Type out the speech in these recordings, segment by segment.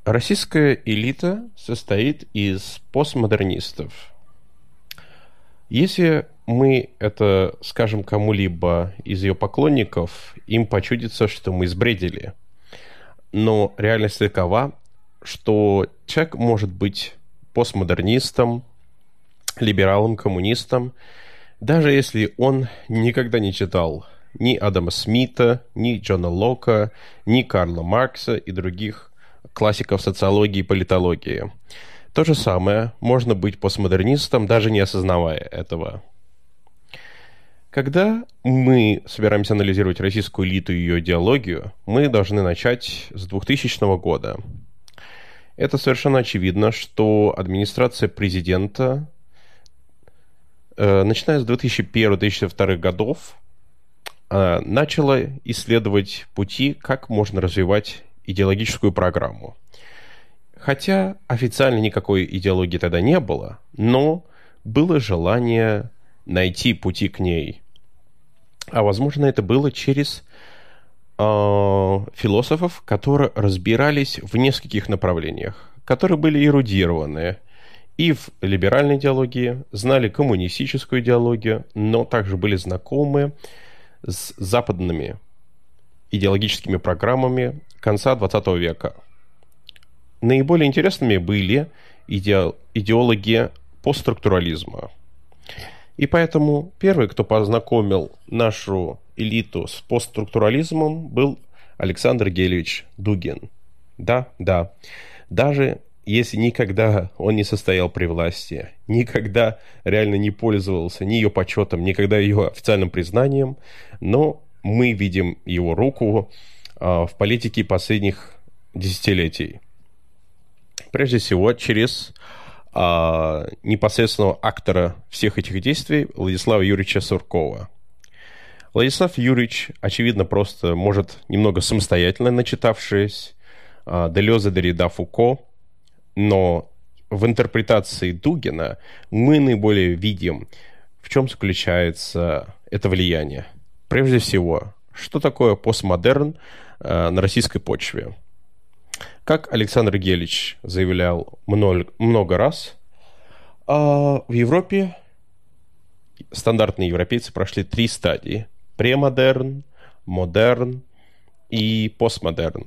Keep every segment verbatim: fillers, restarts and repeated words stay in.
Российская элита состоит из постмодернистов. Если мы это скажем кому-либо из ее поклонников, им почудится, что мы сбредили. Но реальность такова, что человек может быть постмодернистом, либералом, коммунистом, даже если он никогда не читал ни Адама Смита, ни Джона Лока, ни Карла Маркса и других классиков социологии и политологии. То же самое можно быть постмодернистом, даже не осознавая этого. Когда мы собираемся анализировать российскую элиту и ее идеологию, мы должны начать с двухтысячного года. Это совершенно очевидно, что администрация президента, э, начиная с две тысячи первого — две тысячи второго годов, э, начала исследовать пути, как можно развивать идеологическую программу. Хотя официально никакой идеологии тогда не было, но было желание найти пути к ней. А возможно, это было через э, философов, которые разбирались в нескольких направлениях, которые были эрудированы и в либеральной идеологии, знали коммунистическую идеологию, но также были знакомы с западными идеологическими программами конца двадцатого века. Наиболее интересными были иде... идеологи постструктурализма. И поэтому первый, кто познакомил нашу элиту с постструктурализмом, был Александр Гелевич Дугин. Да, да. Даже если никогда он не состоял при власти, никогда реально не пользовался ни ее почетом, никогда ее официальным признанием, но мы видим его руку а, в политике последних десятилетий. Прежде всего, через а, непосредственного актора всех этих действий Владислава Юрьевича Суркова. Владислав Юрьевич, очевидно, просто может немного самостоятельно, начитавшись а, Делеза, Derrida, Фуко, но в интерпретации Дугина мы наиболее видим, в чем заключается это влияние. Прежде всего, что такое постмодерн э, на российской почве? Как Александр Гелич заявлял много, много раз, э, в Европе стандартные европейцы прошли три стадии: премодерн, модерн и постмодерн.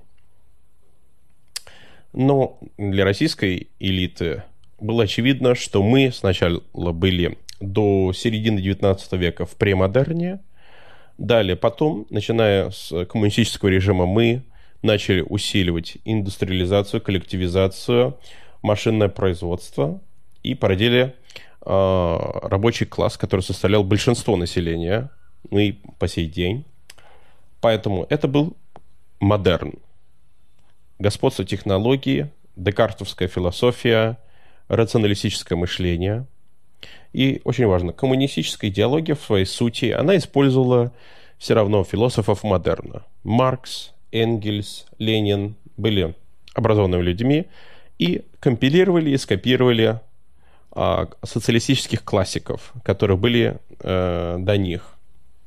Но для российской элиты было очевидно, что мы сначала были до середины девятнадцатого века в премодерне. Далее, потом, начиная с коммунистического режима, мы начали усиливать индустриализацию, коллективизацию, машинное производство и породили э, рабочий класс, который составлял большинство населения, ну и по сей день. Поэтому это был модерн. Господство технологии, декартовская философия, рационалистическое мышление. И очень важно, коммунистическая идеология в своей сути, она использовала все равно философов модерна. Маркс, Энгельс, Ленин были образованными людьми и компилировали и скопировали а, социалистических классиков, которые были а, до них.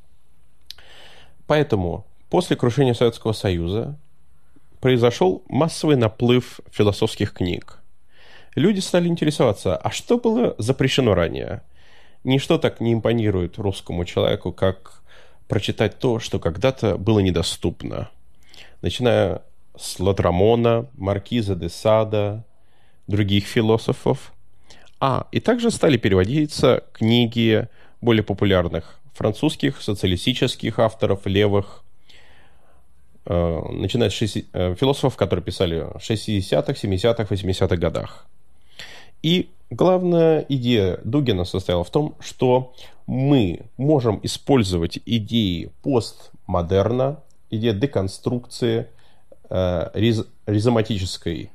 Поэтому после крушения Советского Союза произошел массовый наплыв философских книг. Люди стали интересоваться, а что было запрещено ранее? Ничто так не импонирует русскому человеку, как прочитать то, что когда-то было недоступно. Начиная с Латрамона, Маркиза де Сада, других философов. А, и также стали переводиться книги более популярных французских социалистических авторов, левых, э, начиная с шести... э, философов, которые писали в шестидесятых, семидесятых, восьмидесятых годах. И главная идея Дугина состояла в том, что мы можем использовать идеи постмодерна, идеи деконструкции, э, риз, ризоматической,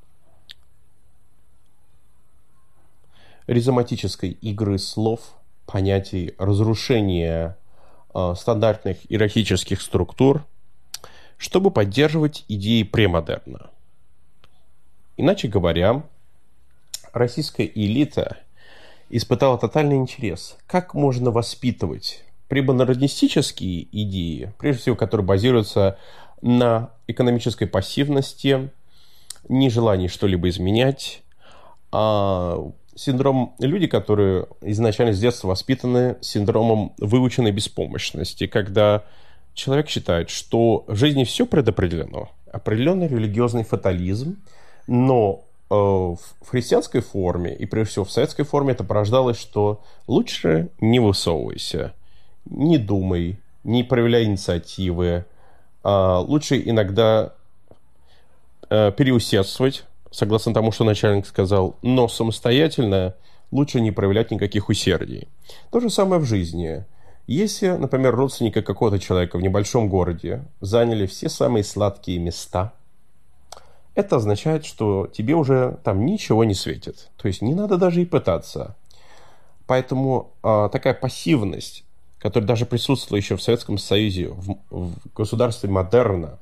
ризоматической игры слов, понятий, разрушения э, стандартных иерархических структур, чтобы поддерживать идеи премодерна. Иначе говоря, российская элита испытала тотальный интерес. Как можно воспитывать премодернистические идеи, прежде всего, которые базируются на экономической пассивности, нежелание что-либо изменять, а синдром люди, которые изначально с детства воспитаны синдромом выученной беспомощности, когда человек считает, что в жизни все предопределено, определенный религиозный фатализм, но э, в христианской форме и прежде всего в советской форме это порождалось, что лучше не высовывайся, не думай, не проявляй инициативы, а лучше иногда э, переусердствовать, согласно тому, что начальник сказал, но самостоятельно лучше не проявлять никаких усердий. То же самое в жизни. Если, например, родственники какого-то человека в небольшом городе заняли все самые сладкие места, это означает, что тебе уже там ничего не светит. То есть не надо даже и пытаться. Поэтому а, такая пассивность, которая даже присутствовала еще в Советском Союзе, в, в государстве модерна,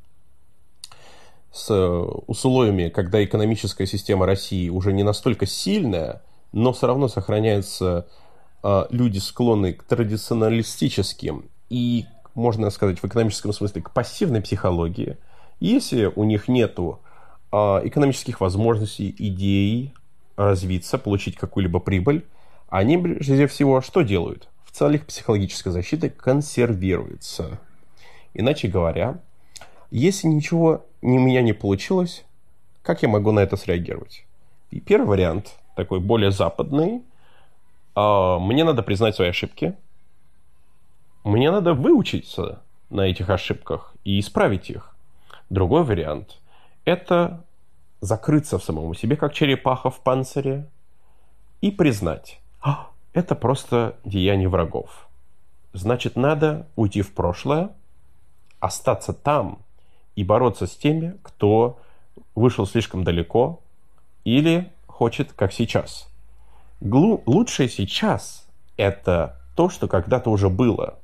с условиями, когда экономическая система России уже не настолько сильная, но все равно сохраняются э, люди, склонные к традиционалистическим и, можно сказать, в экономическом смысле, к пассивной психологии. Если у них нет э, экономических возможностей, идей развиться, получить какую-либо прибыль, они, прежде всего, что делают? В целях психологической защиты консервируются. Иначе говоря, если ничего у меня не получилось, как я могу на это среагировать? И первый вариант, такой более западный, э, мне надо признать свои ошибки, мне надо выучиться на этих ошибках и исправить их. Другой вариант – это закрыться в самом себе, как черепаха в панцире, и признать, а, это просто деяние врагов. Значит, надо уйти в прошлое, остаться там, и бороться с теми, кто вышел слишком далеко или хочет, как сейчас. Глу- лучшее сейчас – это то, что когда-то уже было.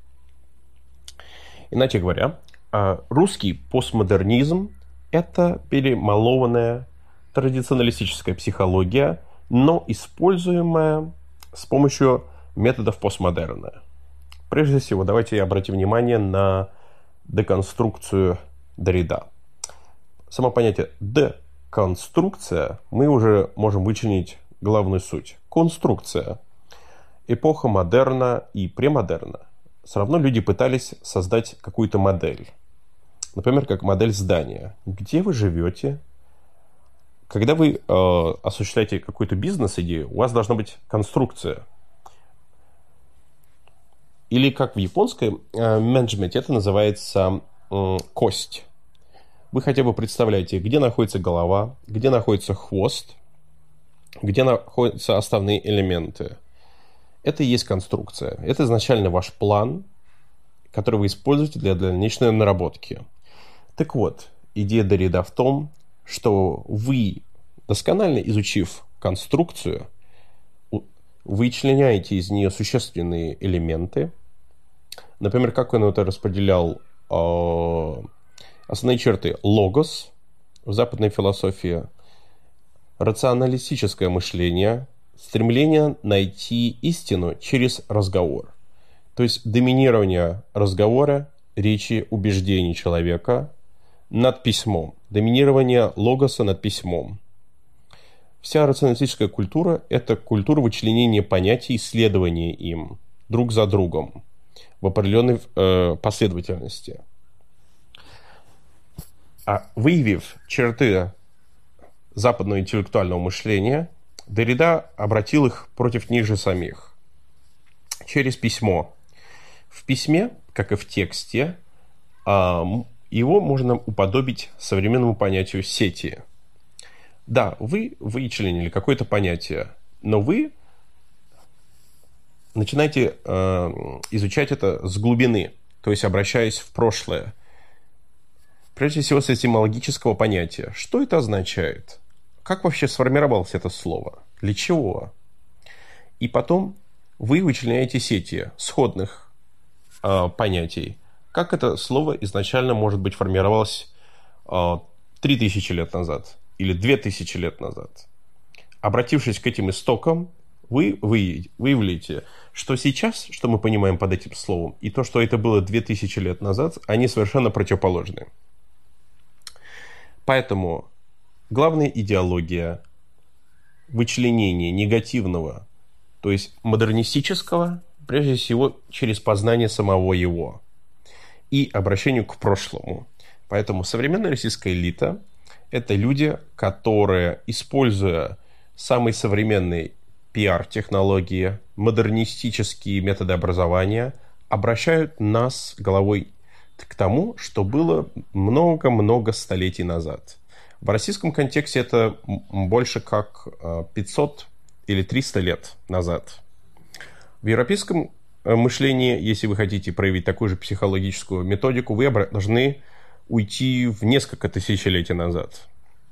Иначе говоря, русский постмодернизм – это перемалованная традиционалистическая психология, но используемая с помощью методов постмодерна. Прежде всего, давайте обратим внимание на деконструкцию Derrida. Само понятие деконструкция мы уже можем вычленить главную суть. Конструкция. Эпоха модерна и премодерна. Все равно люди пытались создать какую-то модель. Например, как модель здания. Где вы живете? Когда вы э, осуществляете какую-то бизнес-идею, у вас должна быть конструкция. Или как в японском э, менеджменте это называется э, кость. Вы хотя бы представляете, где находится голова, где находится хвост, где находятся основные элементы. Это и есть конструкция. Это изначально ваш план, который вы используете для дальнейшей наработки. Так вот, идея Derrida в том, что вы, досконально изучив конструкцию, вычленяете из нее существенные элементы. Например, как он это распределял э, основные черты. Логос в западной философии, рационалистическое мышление, стремление найти истину через разговор. То есть доминирование разговора, речи, убеждений человека над письмом. Доминирование логоса над письмом. Вся рационалистическая культура – это культура вычленения понятий, исследования им друг за другом в определенной э, последовательности. А выявив черты западного интеллектуального мышления, Derrida обратил их против них же самих. Через письмо. В письме, как и в тексте, его можно уподобить современному понятию сети. Да, вы вычленили какое-то понятие, но вы начинаете изучать это с глубины, то есть обращаясь в прошлое. Прежде всего, с этимологического понятия. Что это означает? Как вообще сформировалось это слово? Для чего? И потом вы вычленяете сети сходных э, понятий. Как это слово изначально, может быть, формировалось три тысячи лет назад или две тысячи лет назад. Обратившись к этим истокам, вы, вы выявите, что сейчас, что мы понимаем под этим словом, и то, что это было две тысячи лет назад, они совершенно противоположны. Поэтому главная идеология вычленения негативного, то есть модернистического, прежде всего через познание самого его и обращению к прошлому. Поэтому современная российская элита – это люди, которые, используя самые современные пиар-технологии, модернистические методы образования, обращают нас головой к тому, что было много-много столетий назад. В российском контексте это больше как пятьсот или триста лет назад. В европейском мышлении, если вы хотите проявить такую же психологическую методику, вы должны уйти в несколько тысячелетий назад.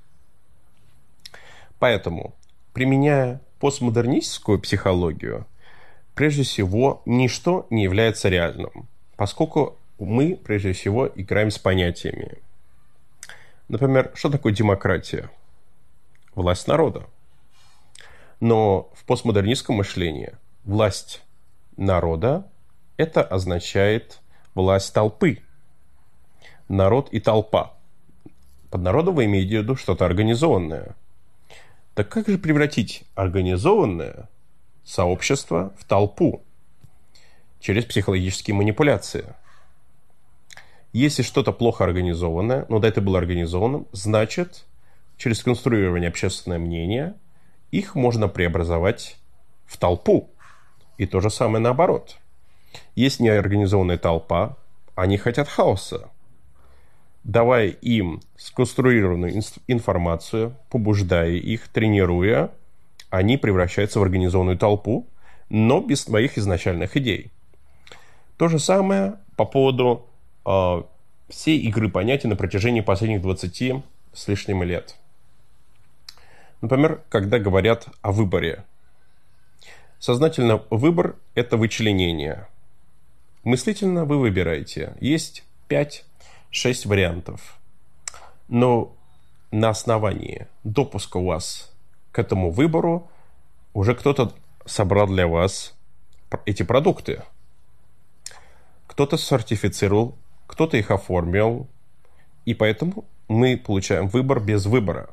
Поэтому, применяя постмодернистскую психологию, прежде всего, ничто не является реальным, поскольку мы, прежде всего, играем с понятиями. Например, что такое демократия? Власть народа. Но в постмодернистском мышлении власть народа – это означает власть толпы. Народ и толпа. Под народом вы имеете в виду что-то организованное. Так как же превратить организованное сообщество в толпу? Через психологические манипуляции. Если что-то плохо организованное, но до этого было организованным, значит, через конструирование общественного мнения их можно преобразовать в толпу. И то же самое наоборот. Есть неорганизованная толпа, они хотят хаоса. Давая им сконструированную информацию, побуждая их, тренируя, они превращаются в организованную толпу, но без своих изначальных идей. То же самое по поводу э, всей игры понятий на протяжении последних двадцати с лишним лет. Например, когда говорят о выборе. Сознательно выбор – это вычленение. Мыслительно вы выбираете. Есть пять-шесть вариантов. Но на основании допуска у вас к этому выбору уже кто-то собрал для вас эти продукты. Кто-то сертифицировал, кто-то их оформил. И поэтому мы получаем выбор без выбора.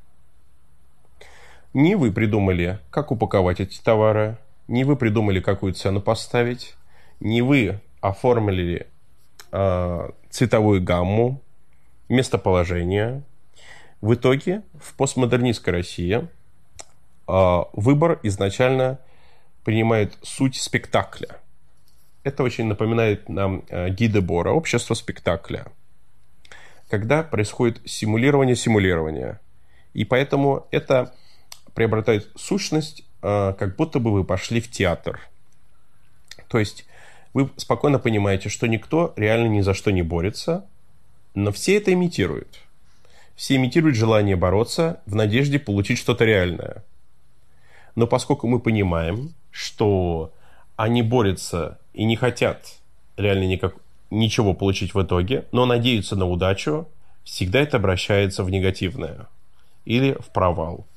Не вы придумали, как упаковать эти товары, не вы придумали, какую цену поставить, не вы оформили э, цветовую гамму, местоположение. В итоге в постмодернистской России э, выбор изначально принимает суть спектакля. Это очень напоминает нам э, Ги Дебора, общество спектакля, когда происходит симулирование симулирования. И поэтому это приобретает сущность, э, как будто бы вы пошли в театр. То есть вы спокойно понимаете, что никто реально ни за что не борется, но все это имитируют. Все имитируют желание бороться в надежде получить что-то реальное. Но поскольку мы понимаем, что они борются и не хотят реально никак, ничего получить в итоге, но надеются на удачу, всегда это обращается в негативное или в провал.